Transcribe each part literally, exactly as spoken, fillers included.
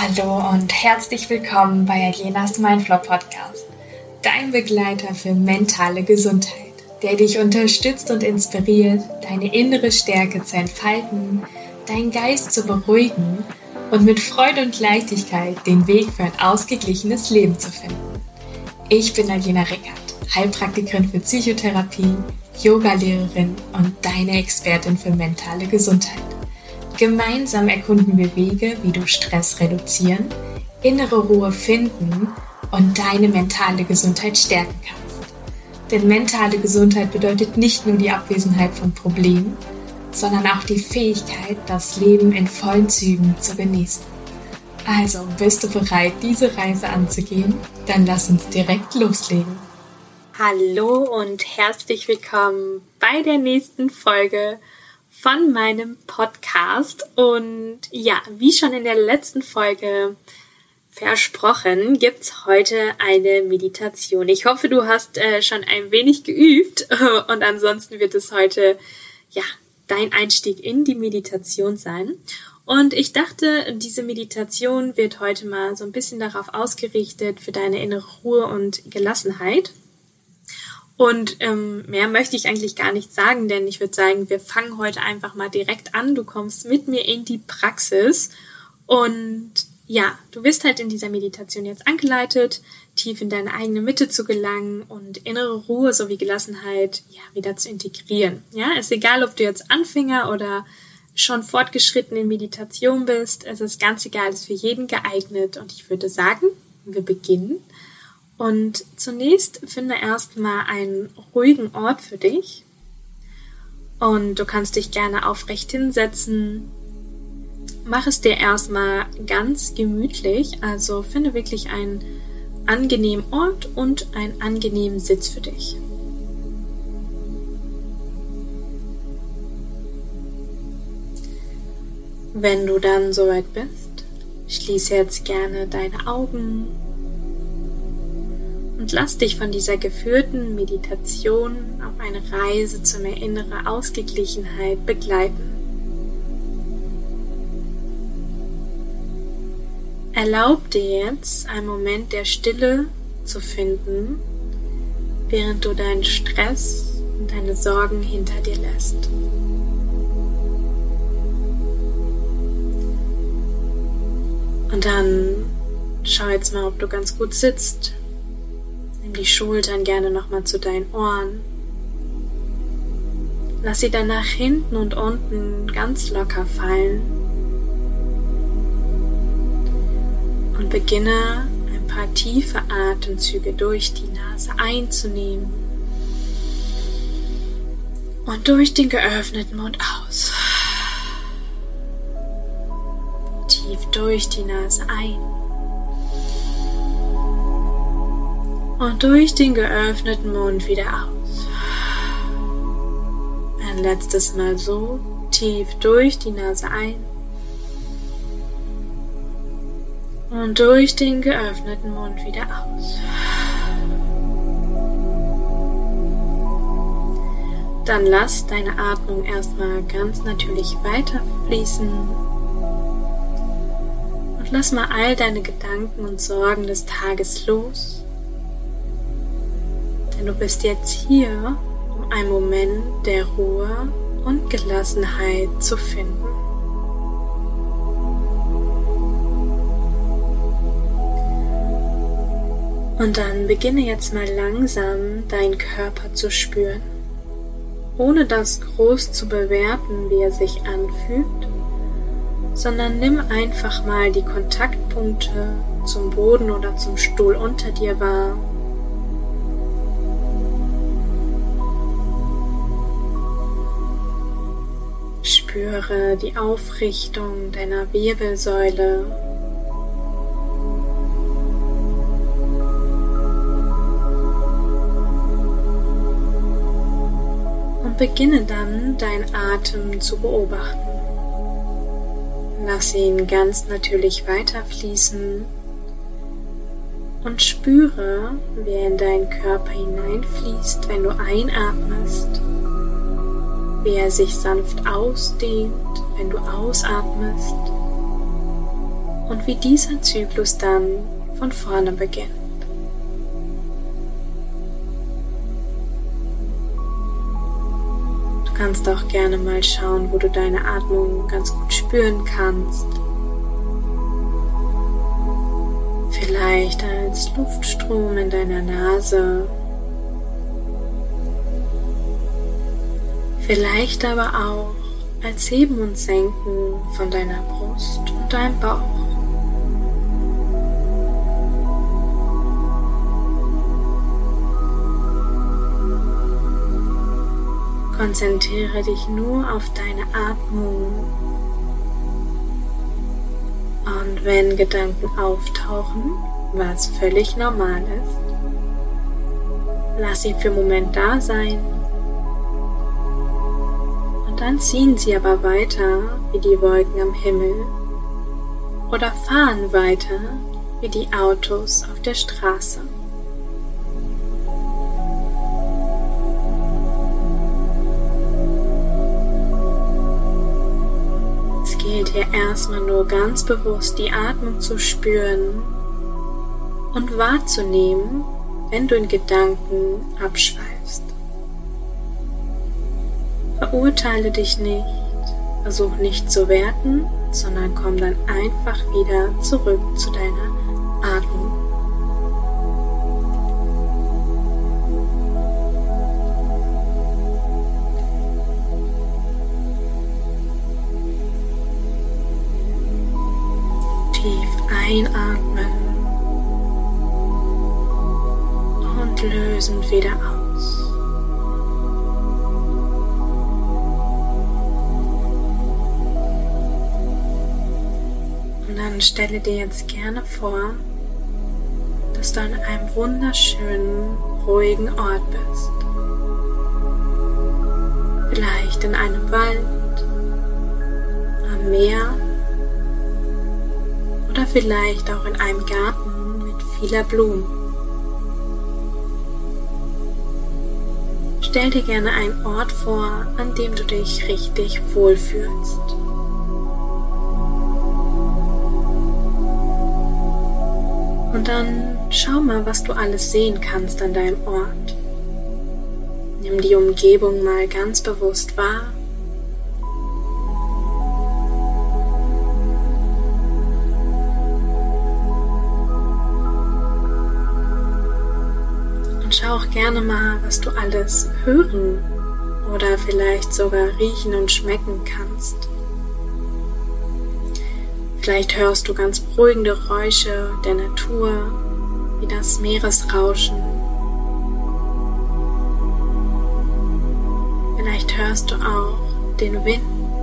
Hallo und herzlich willkommen bei Alenas Mindflow Podcast, dein Begleiter für mentale Gesundheit, der dich unterstützt und inspiriert, deine innere Stärke zu entfalten, deinen Geist zu beruhigen und mit Freude und Leichtigkeit den Weg für ein ausgeglichenes Leben zu finden. Ich bin Alena Rickert, Heilpraktikerin für Psychotherapie, Yogalehrerin und deine Expertin für mentale Gesundheit. Gemeinsam erkunden wir Wege, wie du Stress reduzieren, innere Ruhe finden und deine mentale Gesundheit stärken kannst. Denn mentale Gesundheit bedeutet nicht nur die Abwesenheit von Problemen, sondern auch die Fähigkeit, das Leben in vollen Zügen zu genießen. Also, bist du bereit, diese Reise anzugehen? Dann lass uns direkt loslegen. Hallo und herzlich willkommen bei der nächsten Folge von meinem Podcast. Und ja, wie schon in der letzten Folge versprochen, gibt's heute eine Meditation. Ich hoffe, du hast äh, schon ein wenig geübt und ansonsten wird es heute ja dein Einstieg in die Meditation sein. Und ich dachte, diese Meditation wird heute mal so ein bisschen darauf ausgerichtet für deine innere Ruhe und Gelassenheit. Und ähm, mehr möchte ich eigentlich gar nicht sagen, denn ich würde sagen, wir fangen heute einfach mal direkt an. Du kommst mit mir in die Praxis und ja, du wirst halt in dieser Meditation jetzt angeleitet, tief in deine eigene Mitte zu gelangen und innere Ruhe sowie Gelassenheit ja wieder zu integrieren. Ja, ist egal, ob du jetzt Anfänger oder schon fortgeschritten in Meditation bist. Es ist ganz egal, es ist für jeden geeignet und ich würde sagen, wir beginnen. Und zunächst finde erstmal einen ruhigen Ort für dich und du kannst dich gerne aufrecht hinsetzen. Mach es dir erstmal ganz gemütlich, also finde wirklich einen angenehmen Ort und einen angenehmen Sitz für dich. Wenn du dann soweit bist, schließe jetzt gerne deine Augen und lass dich von dieser geführten Meditation auf eine Reise zu mehr innerer Ausgeglichenheit begleiten. Erlaub dir jetzt, einen Moment der Stille zu finden, während du deinen Stress und deine Sorgen hinter dir lässt. Und dann schau jetzt mal, ob du ganz gut sitzt. Nimm die Schultern gerne nochmal zu deinen Ohren. Lass sie dann nach hinten und unten ganz locker fallen. Und beginne ein paar tiefe Atemzüge durch die Nase einzunehmen. Und durch den geöffneten Mund aus. Tief durch die Nase ein. Und durch den geöffneten Mund wieder aus. Ein letztes Mal so tief durch die Nase ein. Und durch den geöffneten Mund wieder aus. Dann lass deine Atmung erstmal ganz natürlich weiter fließen. Und lass mal all deine Gedanken und Sorgen des Tages los. Denn du bist jetzt hier, um einen Moment der Ruhe und Gelassenheit zu finden. Und dann beginne jetzt mal langsam deinen Körper zu spüren, ohne das groß zu bewerten, wie er sich anfühlt, sondern nimm einfach mal die Kontaktpunkte zum Boden oder zum Stuhl unter dir wahr. Spüre die Aufrichtung deiner Wirbelsäule. Und beginne dann, deinen Atem zu beobachten. Lass ihn ganz natürlich weiterfließen und spüre, wie er in deinen Körper hineinfließt, wenn du einatmest, wie er sich sanft ausdehnt, wenn du ausatmest und wie dieser Zyklus dann von vorne beginnt. Du kannst auch gerne mal schauen, wo du deine Atmung ganz gut spüren kannst. Vielleicht als Luftstrom in deiner Nase, vielleicht aber auch als Heben und Senken von deiner Brust und deinem Bauch. Konzentriere dich nur auf deine Atmung. Und wenn Gedanken auftauchen, was völlig normal ist, lass sie für einen Moment da sein. Und dann ziehen sie aber weiter wie die Wolken am Himmel oder fahren weiter wie die Autos auf der Straße. Es gilt hier erstmal nur ganz bewusst die Atmung zu spüren und wahrzunehmen, wenn du in Gedanken abschweifst. Verurteile dich nicht, versuch nicht zu werten, sondern komm dann einfach wieder zurück zu deiner Atmung. Tief einatmen und lösend wieder aus. Und dann stelle dir jetzt gerne vor, dass du an einem wunderschönen, ruhigen Ort bist. Vielleicht in einem Wald, am Meer oder vielleicht auch in einem Garten mit vieler Blumen. Stell dir gerne einen Ort vor, an dem du dich richtig wohlfühlst. Und dann schau mal, was du alles sehen kannst an deinem Ort. Nimm die Umgebung mal ganz bewusst wahr. Und schau auch gerne mal, was du alles hören oder vielleicht sogar riechen und schmecken kannst. Vielleicht hörst du ganz beruhigende Geräusche der Natur, wie das Meeresrauschen. Vielleicht hörst du auch den Wind.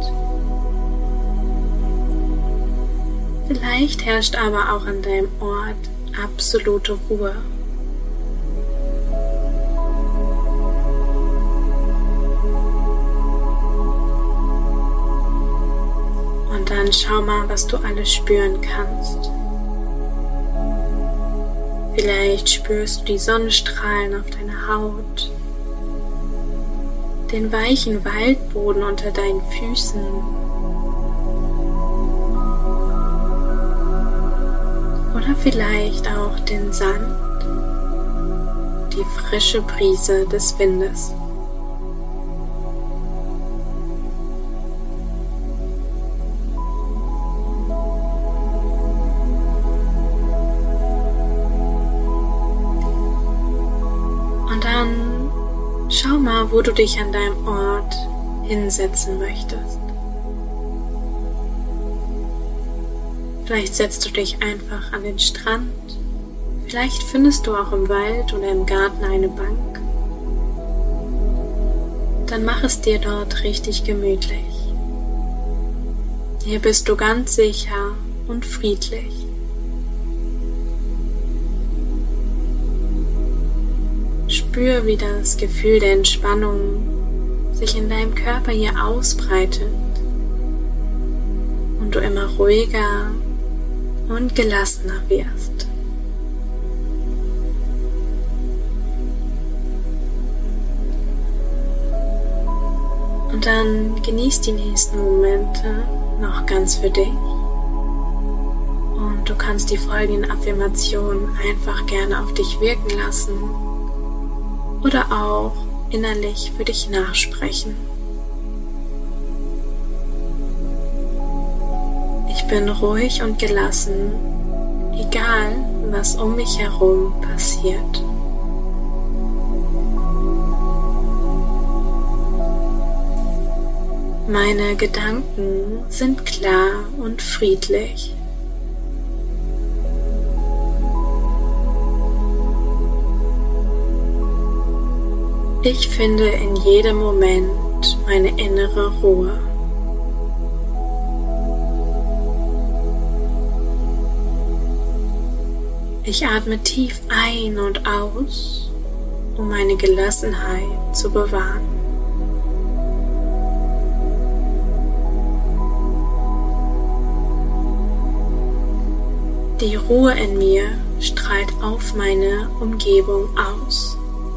Vielleicht herrscht aber auch an deinem Ort absolute Ruhe. Dann schau mal, was du alles spüren kannst. Vielleicht spürst du die Sonnenstrahlen auf deiner Haut, den weichen Waldboden unter deinen Füßen, oder vielleicht auch den Sand, die frische Brise des Windes. Schau mal, wo du dich an deinem Ort hinsetzen möchtest. Vielleicht setzt du dich einfach an den Strand. Vielleicht findest du auch im Wald oder im Garten eine Bank. Dann mach es dir dort richtig gemütlich. Hier bist du ganz sicher und friedlich. Spür, wie das Gefühl der Entspannung sich in deinem Körper hier ausbreitet und du immer ruhiger und gelassener wirst. Und dann genieß die nächsten Momente noch ganz für dich kannst die folgenden Affirmationen einfach gerne auf dich wirken lassen oder auch innerlich für dich nachsprechen. Ich bin ruhig und gelassen, egal was um mich herum passiert. Meine Gedanken sind klar und friedlich. Ich finde in jedem Moment meine innere Ruhe. Ich atme tief ein und aus, um meine Gelassenheit zu bewahren. Die Ruhe in mir strahlt auf meine Umgebung aus.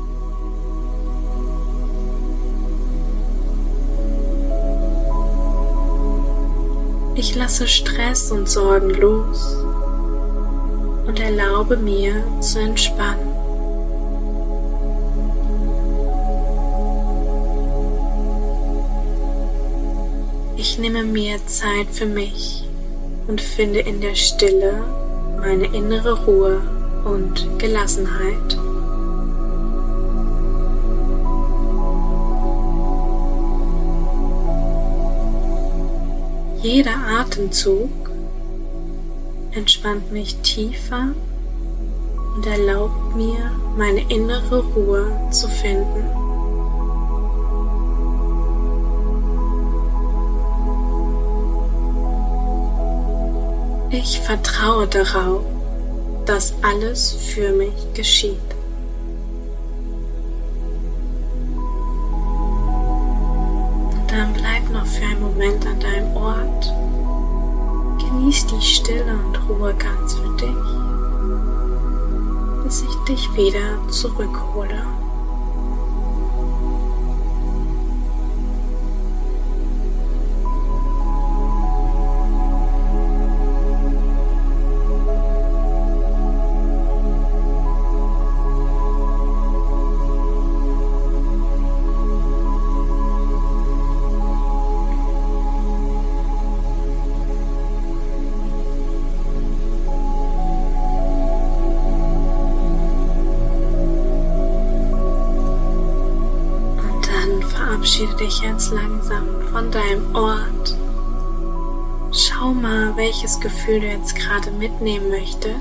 Ich lasse Stress und Sorgen los und erlaube mir zu entspannen. Ich nehme mir Zeit für mich und finde in der Stille meine innere Ruhe und Gelassenheit. Jeder Atemzug entspannt mich tiefer und erlaubt mir, meine innere Ruhe zu finden. Ich vertraue darauf, dass alles für mich geschieht. Und dann bleib noch für einen Moment an deinem Ort. Genieß die Stille und Ruhe ganz für dich, bis ich dich wieder zurückhole. Verabschiede dich jetzt langsam von deinem Ort. Schau mal, welches Gefühl du jetzt gerade mitnehmen möchtest.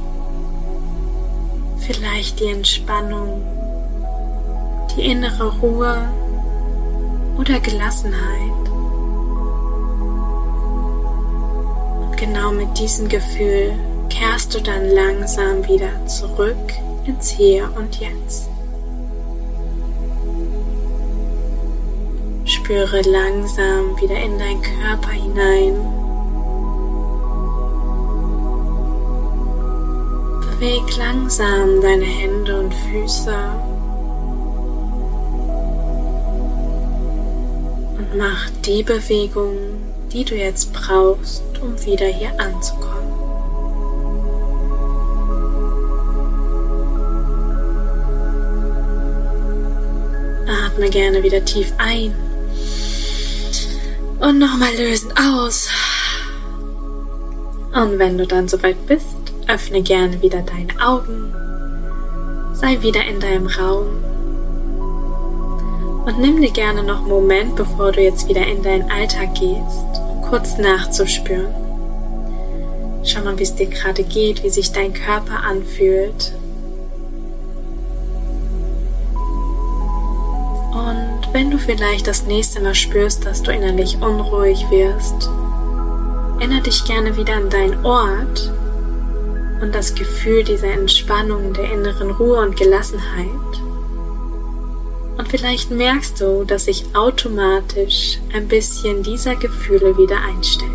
Vielleicht die Entspannung, die innere Ruhe oder Gelassenheit. Und genau mit diesem Gefühl kehrst du dann langsam wieder zurück ins Hier und Jetzt. Spüre langsam wieder in deinen Körper hinein. Beweg langsam deine Hände und Füße und mach die Bewegung, die du jetzt brauchst, um wieder hier anzukommen. Atme gerne wieder tief ein. Und nochmal lösen aus. Und wenn du dann soweit bist, öffne gerne wieder deine Augen. Sei wieder in deinem Raum. Und nimm dir gerne noch einen Moment, bevor du jetzt wieder in deinen Alltag gehst, um kurz nachzuspüren. Schau mal, wie es dir gerade geht, wie sich dein Körper anfühlt. Und wenn du vielleicht das nächste Mal spürst, dass du innerlich unruhig wirst, erinnere dich gerne wieder an deinen Ort und das Gefühl dieser Entspannung, der inneren Ruhe und Gelassenheit. Und vielleicht merkst du, dass sich automatisch ein bisschen dieser Gefühle wieder einstellt.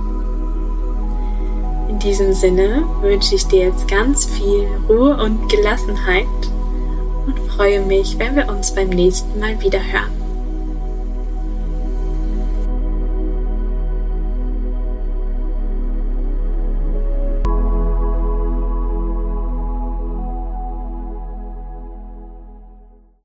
In diesem Sinne wünsche ich dir jetzt ganz viel Ruhe und Gelassenheit und freue mich, wenn wir uns beim nächsten Mal wieder hören.